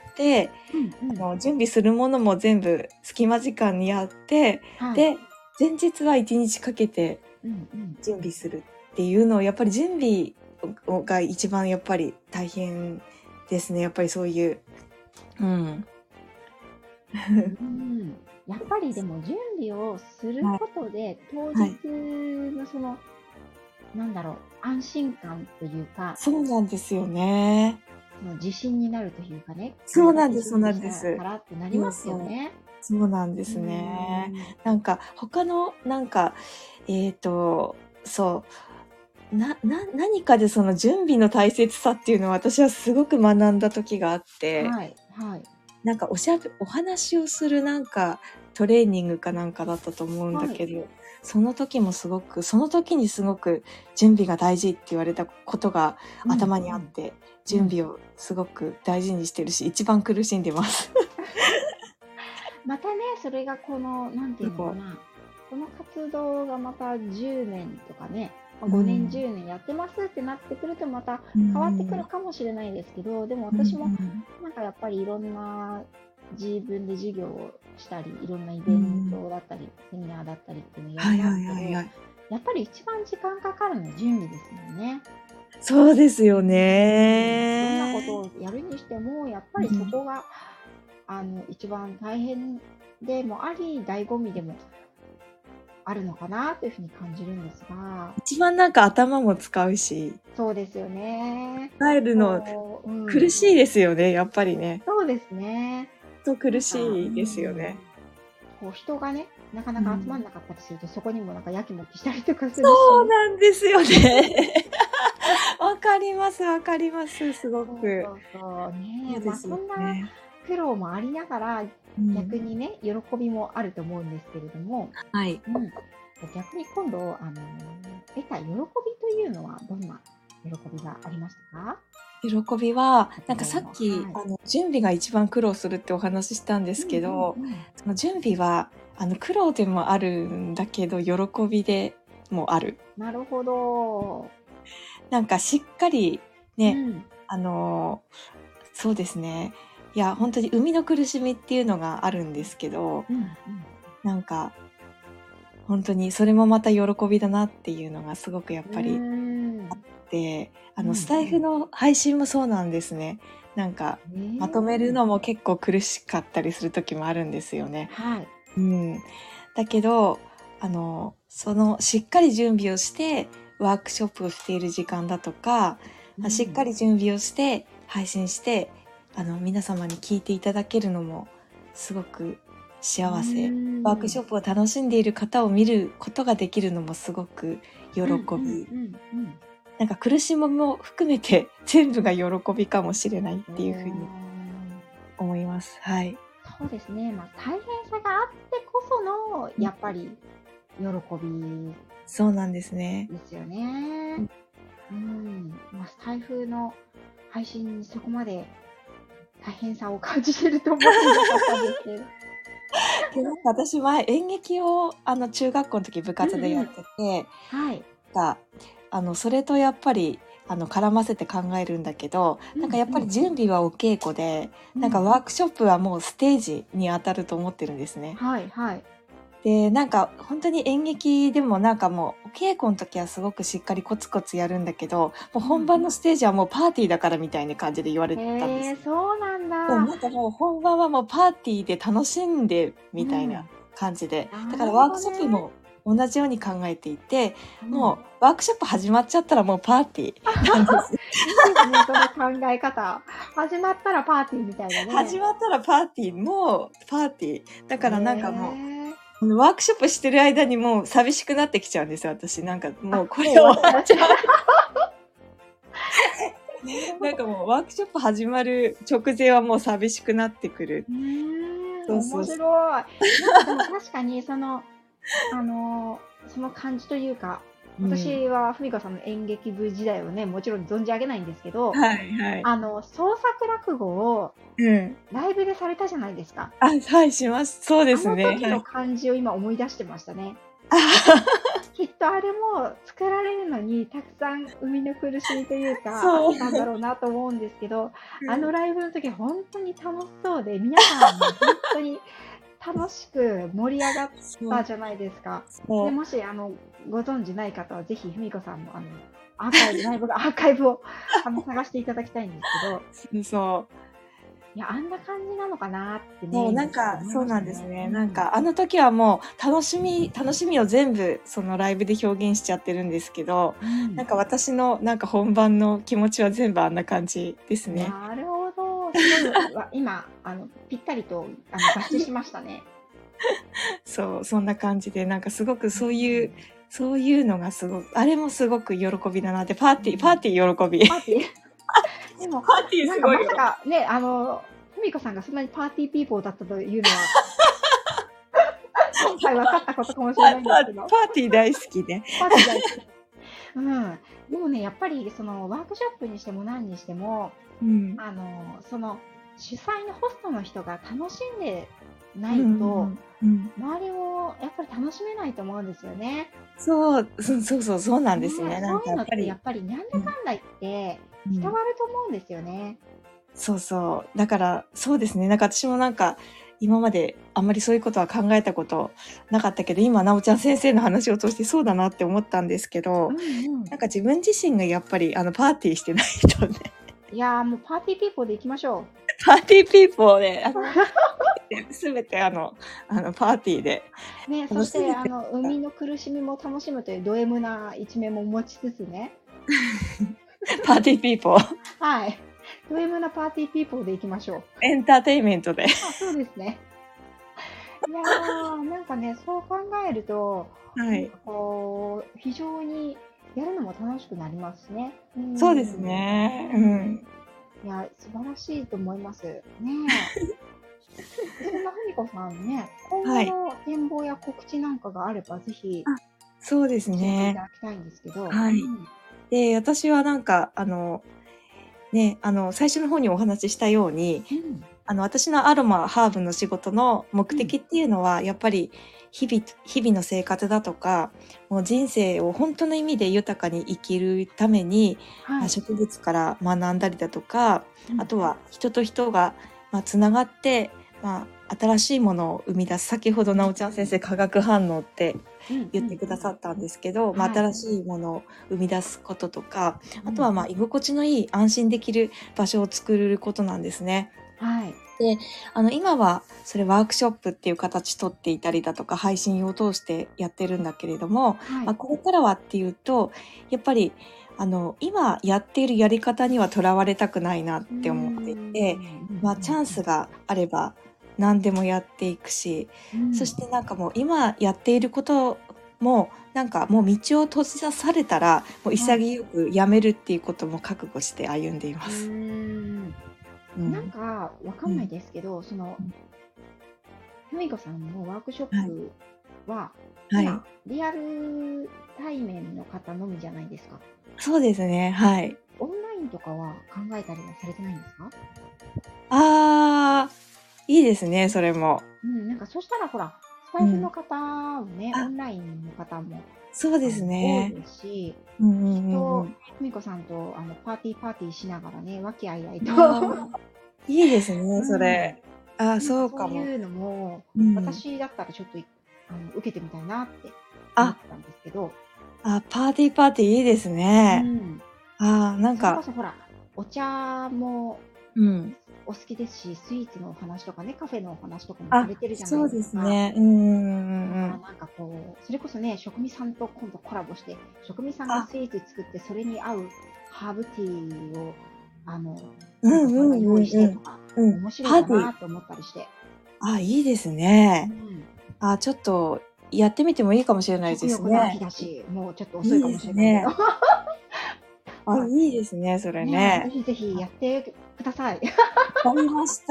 準備するものも全部隙間時間にやって、で、前日は1日かけて準備するっていうのを、やっぱり準備が一番やっぱり大変ですね。やっぱりそういう。 うん、やっぱりでも準備をするはい。 ことで、当はい。 日のなんだろう、安心感というか、 そうなんですよね。 その自信になるというかね、こそうれだけなんです、そうな準備したんです。 からってなりますよそうそう。 ね。 そうなんでうーすね。 ん。 なんか他のなんか、えっと、そう、何かでその準備の大切さっていうのを私はすごく学んだ時があって、 はい、はい、 なんかお話をするなんかトレーニングかなんかだったと思うんだはい。 けど、その時にすごく準備が大事って言われたことがうん、 頭にうん、 あって、 うん。 準備をすごく大事にしてるし、一番苦しんでます。 またね、それがなんていうのそう。 かな、この活動がまた10年とかね、まあう 5年、 ん。 10年やってますってなってくるとまたう変わってくん。 るかもしれないですけど、でもうん私もうん。 なんかやっぱりいろんな自分で授業をしたり、いろんなイうベンん。 トだったり、セミナーだったりっていうのやりまはいはいすけど、 はいはい。 やっぱり一番時間かかるのは準備ですもんね。 そうですよどんなことね。 をやるにしても、やっぱりそうん。 こが、一番大変でもあり、醍醐味でもあるのかなというふうに感じるんですが、 一番なんか頭も使うし、 そうですよね。 帰るの苦しいですよね、やっぱりね。 そうですね。 と苦なんか、 しいですよね。 人がね、なかなか集まうん。 んなかったりすると、そこにもなんかやきもきしたりとかするそうし、 なんですよね。わかりますわかります、すごく。 そうそうそう、ねえ、まあそうですよそんなね。 苦労もありながら、 うん。 逆にね、喜びもあると思うんですけれども、 はい。 うん。逆に今度、得た喜びというのはどんな喜びがありましたか？ 喜びは、なんか活動の。 さっき、 はい。 準備が一番苦労するってお話ししたんですうんけど、 うんうん。 その準備は、苦労でもあるんだけど、喜びでもある。 なるほど。 なんかしっかりね、 うん。 あの、そうですね。いや、本当に生みの苦しみっていうのがあるんですけど、 うんうん。 なんか、本当にそれもまた喜びだなっていうのがすごくやっうーぱりん。 で、 うんスタイフうん。 の配信もそうなんですね。なんか、 えまとめるえ。 のも結構苦しかったりする時もあるんですよね。 はい。 うん。だけど、しっかり準備をして、ワークショップをしている時間だとか、しっうん。 かり準備をして、配信して、皆様に聞いていただけるのも、すごくう幸せ。ワークーん。 ショップを楽しんでいる方を見ることができるのもすごく喜うんうんび。 うんうん。 なんか苦しみも含めて全部が喜びかもしれないっおていうふうにー。 思います。はい。 そうですね。まあ、大変さがあってこその、 うん、 やっぱり喜びそうなんですね。 ですよね。まあ、スタイフの配信にそこまで大変さを感じてると思っていなかったんですけど。 で、なんか私前演劇を中学校の時部活でやっうんうん。 てて、 はい。 が、それとやっぱり、絡ませて考えるんだけど、なんかやっぱりうんうん。 準備はお稽古で、なんかうん。 ワークショップはもうステージに当たると思ってるんですね。 はいはい。 で、なんか本当に演劇でもなんかもう、お稽古の時はすごくしっかりコツコツやるんだけど、もう本番のステージはもうパーティーだからみたいな感じで言われへたんです。 え、そうなんそう、 だ。 なんかもう本番はもうパーティーで楽しんでみたいなうん。 感じで。だなるほからワークどね。 ショップも同じように考えていて、 うん。 もうワークショップ始まっちゃったらもうパーティーなんです。 いいですね、その考え方。始まったらパーティーみたいなね。 始まったらパーティー、もうパーティー。だからなんかもへえ。 う、ワークショップしてる間にもう寂しくなってきちゃうんですよ、私。なんかもあ、 うこれもう終わっちゃう。 終わっちゃう。 なるほど。 なんかもうワークショップ始まる直前はもう寂しくなってくる。そうそうそう。 面白い。なんかでも確かにその感じというか、 うん。 私は文子さんの演劇部時代をね、もちろん存じ上げないんですけど、 はいはい。 創作落語をうん。 ライブでされたじゃないですか。 あ、はい、します。そうであすね。 の時のはい。 感じを今思い出してましたね。 あきっとあれも作られるのにたくさん生みの苦しみというかあっそう。 たんだろうなと思うんですけど、あのうん。 ライブの時本当に楽しそうで、皆さんも本当に楽しく盛り上がっそう。 たじゃないですか。で、 そもしご存知ない方はぜひ文子さんのライブがアーカイブを探していただきたいんですけど、 う。そう。 いや、あんな感じなのかなってもうね、今ちょっとなんか、そう思いましたね。 なんですね。なんか、あの時はもう、楽しみを全部、そのライブで表現しちゃってるんですけど、 うん。 なんか私の、なんか本番の気持ちは全部あんな感じですね。 なるほど。すごい今、ぴったりと、合致しましたね。 そう、そんな感じで、なんかすごくそういう、 うんそういうのがすごく、あれもすごく喜びだなって、パーティー喜び。 パーティーでも、 パーティーなんかますごいよ。 さかね、ふみこさんがそんなにパーティーピーポーだったというのは、今回分かったことかもしれないんですけど。 パーティー大好きね。 パーティー大好き。うん。でもね、やっぱり、その、ワークショップにしても何にしても、 うん。 その、主催のホストの人が楽しんでないと、 うんうんうん、 周りもやっぱり楽しめないと思うんですよね。 そうなんですね。なんそういうのっかやっぱり、 てやっぱりなんだかんだ言ってうん伝わると思うんですよね。 そうそう。だから、そうですね。なんか私もなんか、今まであんまりそういうことは考えたことなかったけど、今、なおちゃん先生の話を通してそうだなって思ったんですけど、 うんうん。 なんか自分自身がやっぱり、パーティーしてないとね、 いやーもうパーティーピーポーで行きましょパーティーピーポーで、すべてパーティーで、 う。ね、そして全て生みの苦しみも楽しむというド M な一面も持ちつつね。 パーティーピーポー、 はい。ド M なパーティーピーポーで行きましょう。 エンターテインメントで。 あ、そうですね。いやー、なんかね、そう考えると、 はい。 なんかこう、非常にやるのも楽しくなりますしね。 そうですね。うん。 いや、素晴らしいと思います。ねえ。そんなふみこさんね、今はい。 後の展望や告知なんかがあれば、ぜひあ、そうです教えていね。 ただきたいんですけど。 はい。 うん。 で、私はなんか、ね、最初の方にお話ししたように、 うん。 私のアロマ、ハーブの仕事の目うん。 的っていうのは、やっぱり日々の生活だとか、もう人生を本当の意味で豊かに生きるために、 はい。 植物から学んだりだとか、 うん。 あとは人と人が、つながって、新しいものを生み出す。先ほど、なおちゃん先生、化学反応ってうん。 言ってくださったんですけど、 はい。 新しいものを生み出すこととか、 うん。 あとは居心地のいい安心できる場所を作ることなんですね。 はい。 で、今はそれワークショップっていう形取っていたりだとか、配信を通してやってるんだけれども、 はい。 これからはっていうと、やっぱり、今やっているやり方にはとらわれたくないなっうーて思っていて、 ん。 チャンスがあれば何でもやっていくし、 うん。 そしてなんかもう今やっていることも、なんかもう道を閉ざされたら、もうはい。 潔くやめるっていうことも覚悟して歩んでいまうーす。 ん。なんうん。 か、わかんないうん。 ですけど、 うん。 ふみこさんのワークショッはい。 プは、 はい。 今、リアル対面の方のみじゃないですか。 そうですね、はい。 オンラインとかは考えたりはされてないんですか？ ああ、いいですね、それも。 うん、なんかそしたらほら、スタうん。 イフの方もね、オあ、 ンラインの方も、 そうです多いね。 ですし、 うんうきっと、 んうんうん。 ふみこさんと、パーティーしながらね、和気あいあいとああ、いいですね、そうん。 れ。ああ、 なんかそうかも。 そういうのも、 うん。 私だったらちょっと受けてみたいなって思っあ、 てたんですけど、 パーティーいいですね。 うん。 ああ、なんそれこか、 そほら、お茶もうん。 お好きですし、スイーツのお話とかね、カフェのお話とかもさあ、 れてるじゃないそうでですか。 すね。うんうんうんうん。 だからなんかこう、それこそね、職味さんと今度コラボして、職味さんがあ、 スイーツ作って、それに合うハーブティーを、あの、ふみこうんうさんが用意んうんうん。 してとか、 うん。 面白いパーティー。 かなと思ったりして。 いいですうね。 ん。 ちょっとやってみてもいいかもしれない食です欲の秋ね。 だし、もうちょっと遅いかいいでもしれないけど。 すね。 はい。 いいですね、それねえ、ぜね。 ひぜひやってください。 わかりました。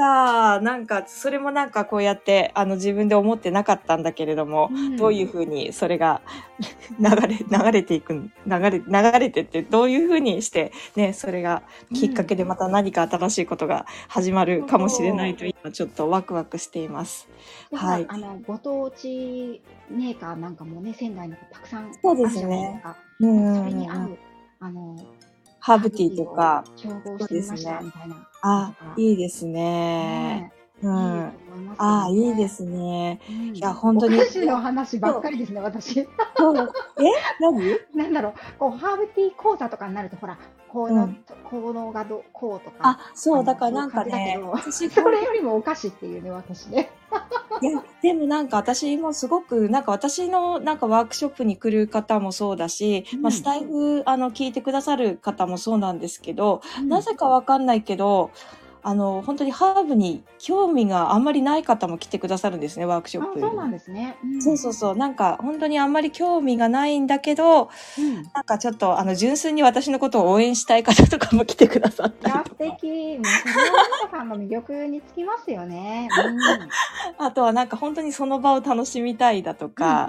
なんか、それもなんかこうやって、自分で思ってなかったんだけれども、 うん。 どういうふうにそれが流れていく流れてって、どういうふうにして、ね、それがきっかうん。 けでまた何か新しいことが始まるそうかもしれないそう。 と、今ちょっとワクワクしています。 で、ほら、 はい。 ご当地メーカーなんかもね、仙台のたくさんそうであるじゃないですすね。 か。 うんなんかそうんうんうん。 れに合う、あの、ハーハーブティーブティーをとか、 調合そうしてみましたですね。 みたいなのとか、 いいですね。 ねうえ、いいん。 と思いまます。 ああ、いいですね。いや、 お本当に。 菓子の話ばっかりですね、私。 そう。何？ なんだろう、こう、ハーブティー講座とかになると、ほら、効能、 うん。 効能がこうとか、 そう、だからなんそういう感かね、 じだけど、 私それよりもお菓子っていうね、私ね。 いや、でもなんか私もすごく、なんか私のなんかワークショップに来る方もそうだし、スタイフ聞いてくださる方もそうなんですけど、なぜかわかんないけど、本当にハーブに興味があんまりない方も来てくださるんですね、ワークショップに。 そうなんですね。 そうそうそう。なんか本当にあんまり興味がないんだけど、なんかちょっと純粋に私のことを応援したい方とかも来てくださったりとか。 素敵。もうそれは皆さんの魅力につきますよね。 あとはなんか本当にその場を楽しみたいだとか、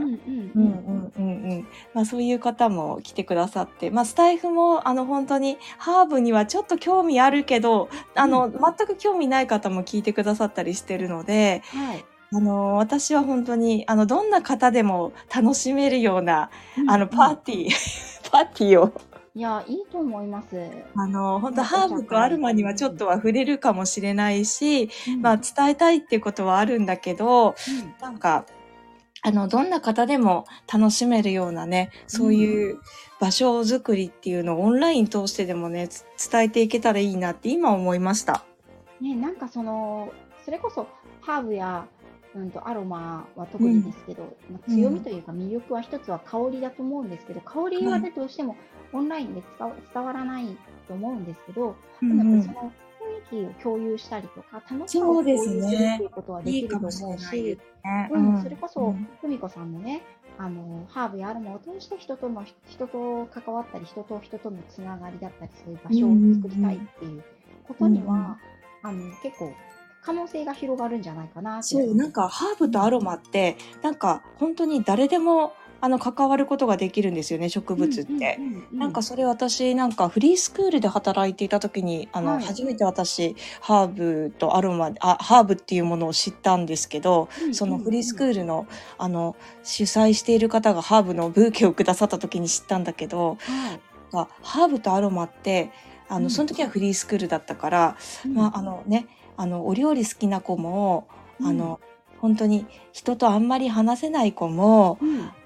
そういう方も来てくださって、スタイフも本当にハーブにはちょっと興味あるけど、全く興味ない方も聞いてくださったりしてるので、私は本当にどんな方でも楽しめるようなパーティーをいや、いいと思います。 本当ハーブとアロマにはちょっとは触れるかもしれないし、伝えたいっていうことはあるんだけど、なんかどんな方でも楽しめるようなね、そういう場所づくりっていうのをオンライン通してでもね、伝えていけたらいいなって今思いました。 ね、なんかそれこそハーブやアロマは特にですけど、強みというか魅力は一つは香りだと思うんですけど、香りはね、どうしてもオンラインで伝わらないと思うんですけど、でもやっぱりその雰囲気を共有したりとか、楽しさを共有するっていうことはできると思うし、それこそ、ふみこさんもね、ハーブやアロマを通して人と関わったり、人と人とのつながりだったり、そういう場所を作りたいっていうことには、結構、可能性が広がるんじゃないかなって。 そう、なんかハーブとアロマって、なんか本当に誰でも関わることができるんですよね、植物って。なんかそれ私なんかフリースクールで働いていた時に初めて私ハーブとアロマハーブっていうものを知ったんですけど、そのフリースクールの主催している方がハーブのブーケをくださった時に知ったんだけど、ハーブとアロマってその時はフリースクールだったから、お料理好きな子も、本当に人とあんまり話せない子も、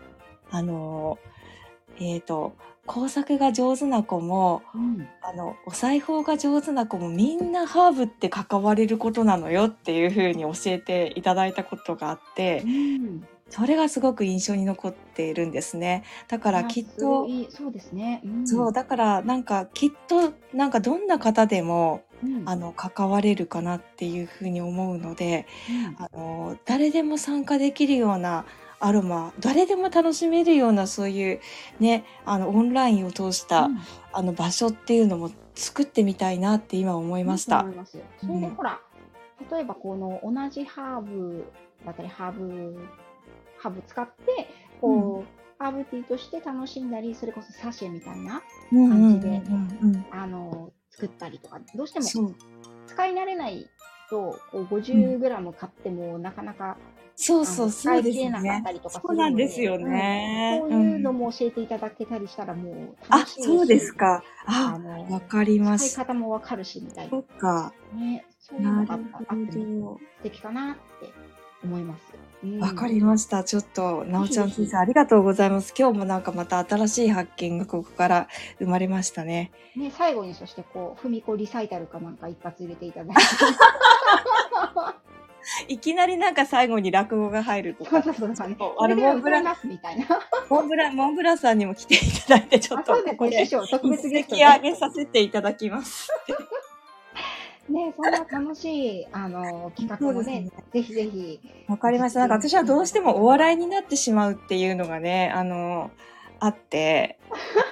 工作が上手な子も、お裁縫が上手な子もみんなハーブって関われることなのよっていう風に教えていただいたことがあって、それがすごく印象に残っているんですね。だからきっと、 そうですね。 そう、だからなんかきっとなんかどんな方でも、関われるかなっていうふうに思うので、誰でも参加できるようなアロマ、誰でも楽しめるようなそういうね、オンラインを通した、場所っていうのも作ってみたいなって今思いました。 それでほら、例えばこの同じハーブだったりハーブ使ってこう、ハーブティーとして楽しんだり、それこそサシェみたいな感じで作ったりとか、どうしても使い慣れないと50g 買ってもなかなか使い切れなかったりとかするので、そうなんですよね。そういうのも教えていただけたりしたらもう楽しいし、 そうですか。わかります。 使い方もわかるしみたいな。 そっか。 ね、そういうのがあって素敵かなって思います。 わかりました。ちょっと、なおちゃん先生、ありがとうございます。今日もなんかまた新しい発見がここから生まれましたね。 ね、最後にそしてふみこリサイタルかなんか一発入れていただいて。 いきなりなんか最後に落語が入るとか。 そうね。モンブランみたいな。 モンブランさんにも来ていただいて、ちょっとここで特別ゲストで上げさせていただきます。 ね、そんな楽しい企画もね、ぜひぜひ。 わかりました。なんか私はどうしてもお笑いになってしまうっていうのがね、あって、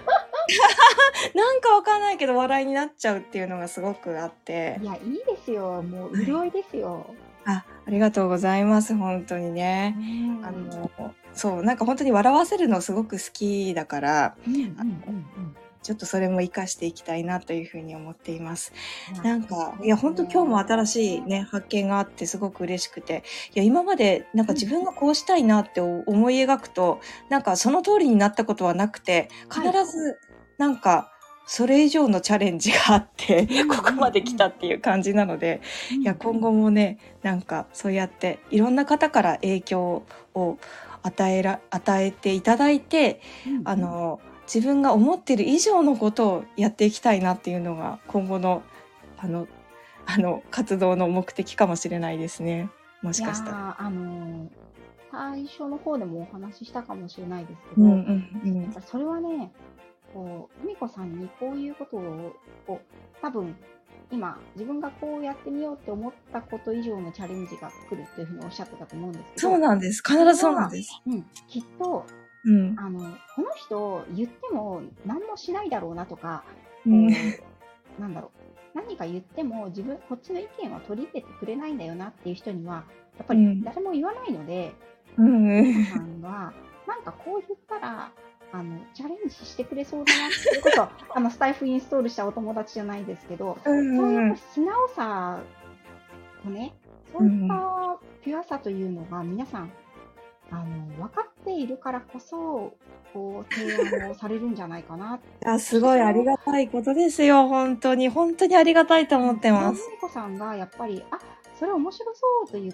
なんかわかんないけど笑いになっちゃうっていうのがすごくあって。 いや、いいですよ。もう潤いですよ。 ありがとうございます。本当にね。そう、なんか本当に笑わせるのすごく好きだから、ちょっとそれも活かしていきたいなというふうに思っています。なんか、いや、本当今日も新しいね、発見があってすごく嬉しくて、いや、今までなんか自分がこうしたいなって思い描くと、なんかその通りになったことはなくて、必ずなんかそれ以上のチャレンジがあって、 うんここまで来たっていう感じなので、いや、今後もね、なんかそうやっていろんな方から影響を与えていただいて、自分が思ってる以上のことをやっていきたいなっていうのが今後の活動の目的かもしれないですね。もしかしたら。 最初の方でもお話ししたかもしれないですけど、 うんうんうん、 それはね、ふみこさんにこういうことを多分今自分がこうやってみようって思ったこと以上のチャレンジが来るっていうふうにおっしゃってたと思うんですけど、 そうなんです。必ずそうなんです。 きっと、この人言っても何もしないだろうなとか、なんだろう、何か言ってもこっちの意見は取り入れてくれないんだよなっていう人にはやっぱり誰も言わないので、皆さんがなんかこう言ったらチャレンジしてくれそうだなって、それこそスタイフインストールしたお友達じゃないですけど、そういう素直さをね、そういったピュアさというのが皆さん分かっているからこそ提案をされるんじゃないかなすごいありがたいことですよ。本当にありがたいと思ってます。 ふみこさんがやっぱりそれ面白そうと言って、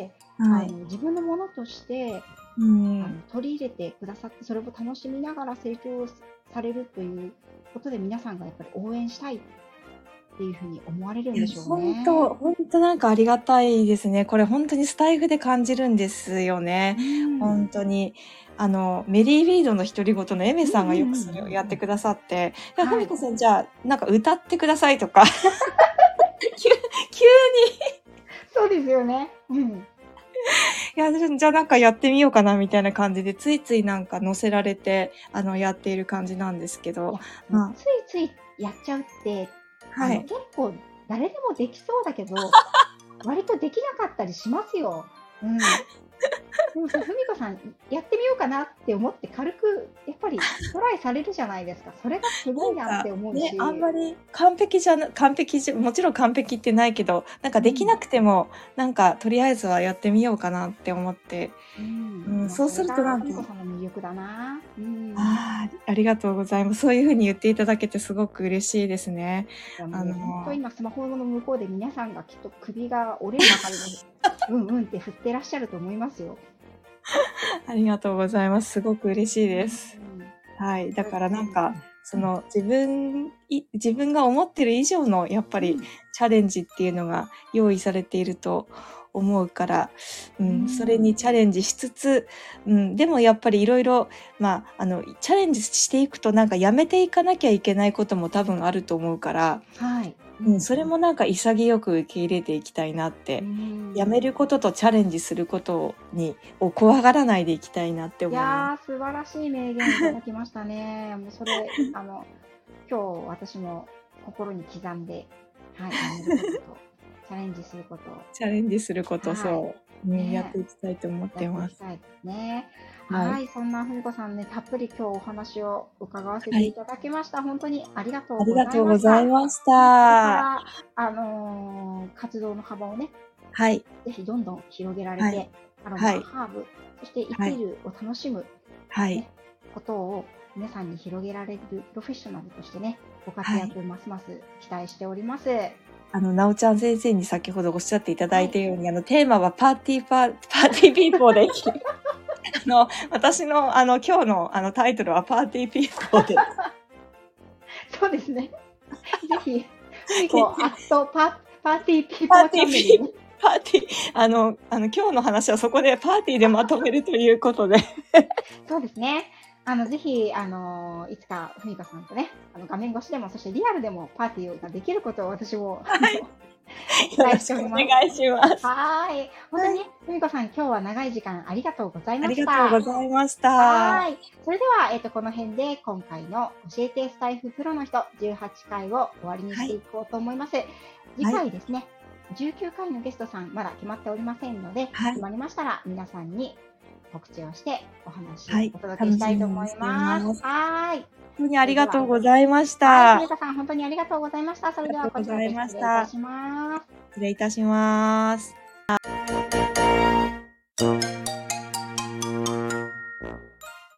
自分のものとして取り入れてくださって、それを楽しみながら成長されるということで、皆さんがやっぱり応援したいっていうふうに思われるんでしょうね。 本当なんかありがたいですね。これ本当にスタイフで感じるんですよね。本当に。メリー・ウィードの独り言のエメさんがよくそれをやってくださって、ふみこさんじゃあ、なんか歌ってくださいとか。急に。 そうですよね。 いや、じゃあなんかやってみようかなみたいな感じで、ついついなんか載せられて、やっている感じなんですけど。 ついついやっちゃうって、結構誰でもできそうだけど、割とできなかったりしますよ。でもふみこさんやってみようかなって思って軽くやっぱりトライされるじゃないですか。それがすごいなって思うし、 あんまりもちろん完璧ってないけど、なんかできなくても、なんかとりあえずはやってみようかなって思って、そうするとなんかふみこさんの魅力だな。 ありがとうございます。そういうふうに言っていただけてすごく嬉しいですね。 本当今スマホの向こうで皆さんがきっと首が折れるばかりのって振ってらっしゃると思いますよ。 ありがとうございます。すごく嬉しいです。はい。だからなんか、自分が思ってる以上のやっぱりチャレンジっていうのが用意されていると思うから、それにチャレンジしつつ、でもやっぱりいろいろ、チャレンジしていくとなんかやめていかなきゃいけないことも多分あると思うから、それもなんか潔く受け入れていきたいなって、やめることとチャレンジすることを怖がらないでいきたいなって思います。 いやー、素晴らしい名言いただきましたね。もうそれ、今日私も心に刻んで、やめることと、チャレンジすること。 チャレンジすること、やっていきたいと思ってます。 やっていきたいですね。そんなふみこさんね、たっぷり今日お話を伺わせていただきました。本当にありがとうございました。 ありがとうございました。 活動の幅をね、 ぜひどんどん広げられて、アロマ、ハーブ、そして生きるを楽しむ、ことを皆さんに広げられるプロフェッショナルとしてね、ご活躍ますます期待しております。 なおちゃん先生に先ほどおっしゃっていただいたように、テーマはパーティーピーポーで私の今日のタイトルはパーティーピーポーで。 そうですね。ぜひ、パーティーピーポーチャンネルに。 今日の話はそこでパーティーでまとめるということで。 そうですね。ぜひ、いつかふみこさんとね、画面越しでも、そしてリアルでもパーティーができることを私も、 期待しております。お願いします。 本当に、ふみこさん、今日は長い時間ありがとうございました。 ありがとうございました。 それでは、この辺で今回の教えてスタイフプロの人18回を終わりにしていこうと思います。次回ですね、19回のゲストさん、まだ決まっておりませんので、決まりましたら皆さんに告知をしてお話をお届けしたいと思います。 本当にありがとうございました。 ふみこさん、本当にありがとうございました。それではこちらで失礼いたします。 失礼いたします。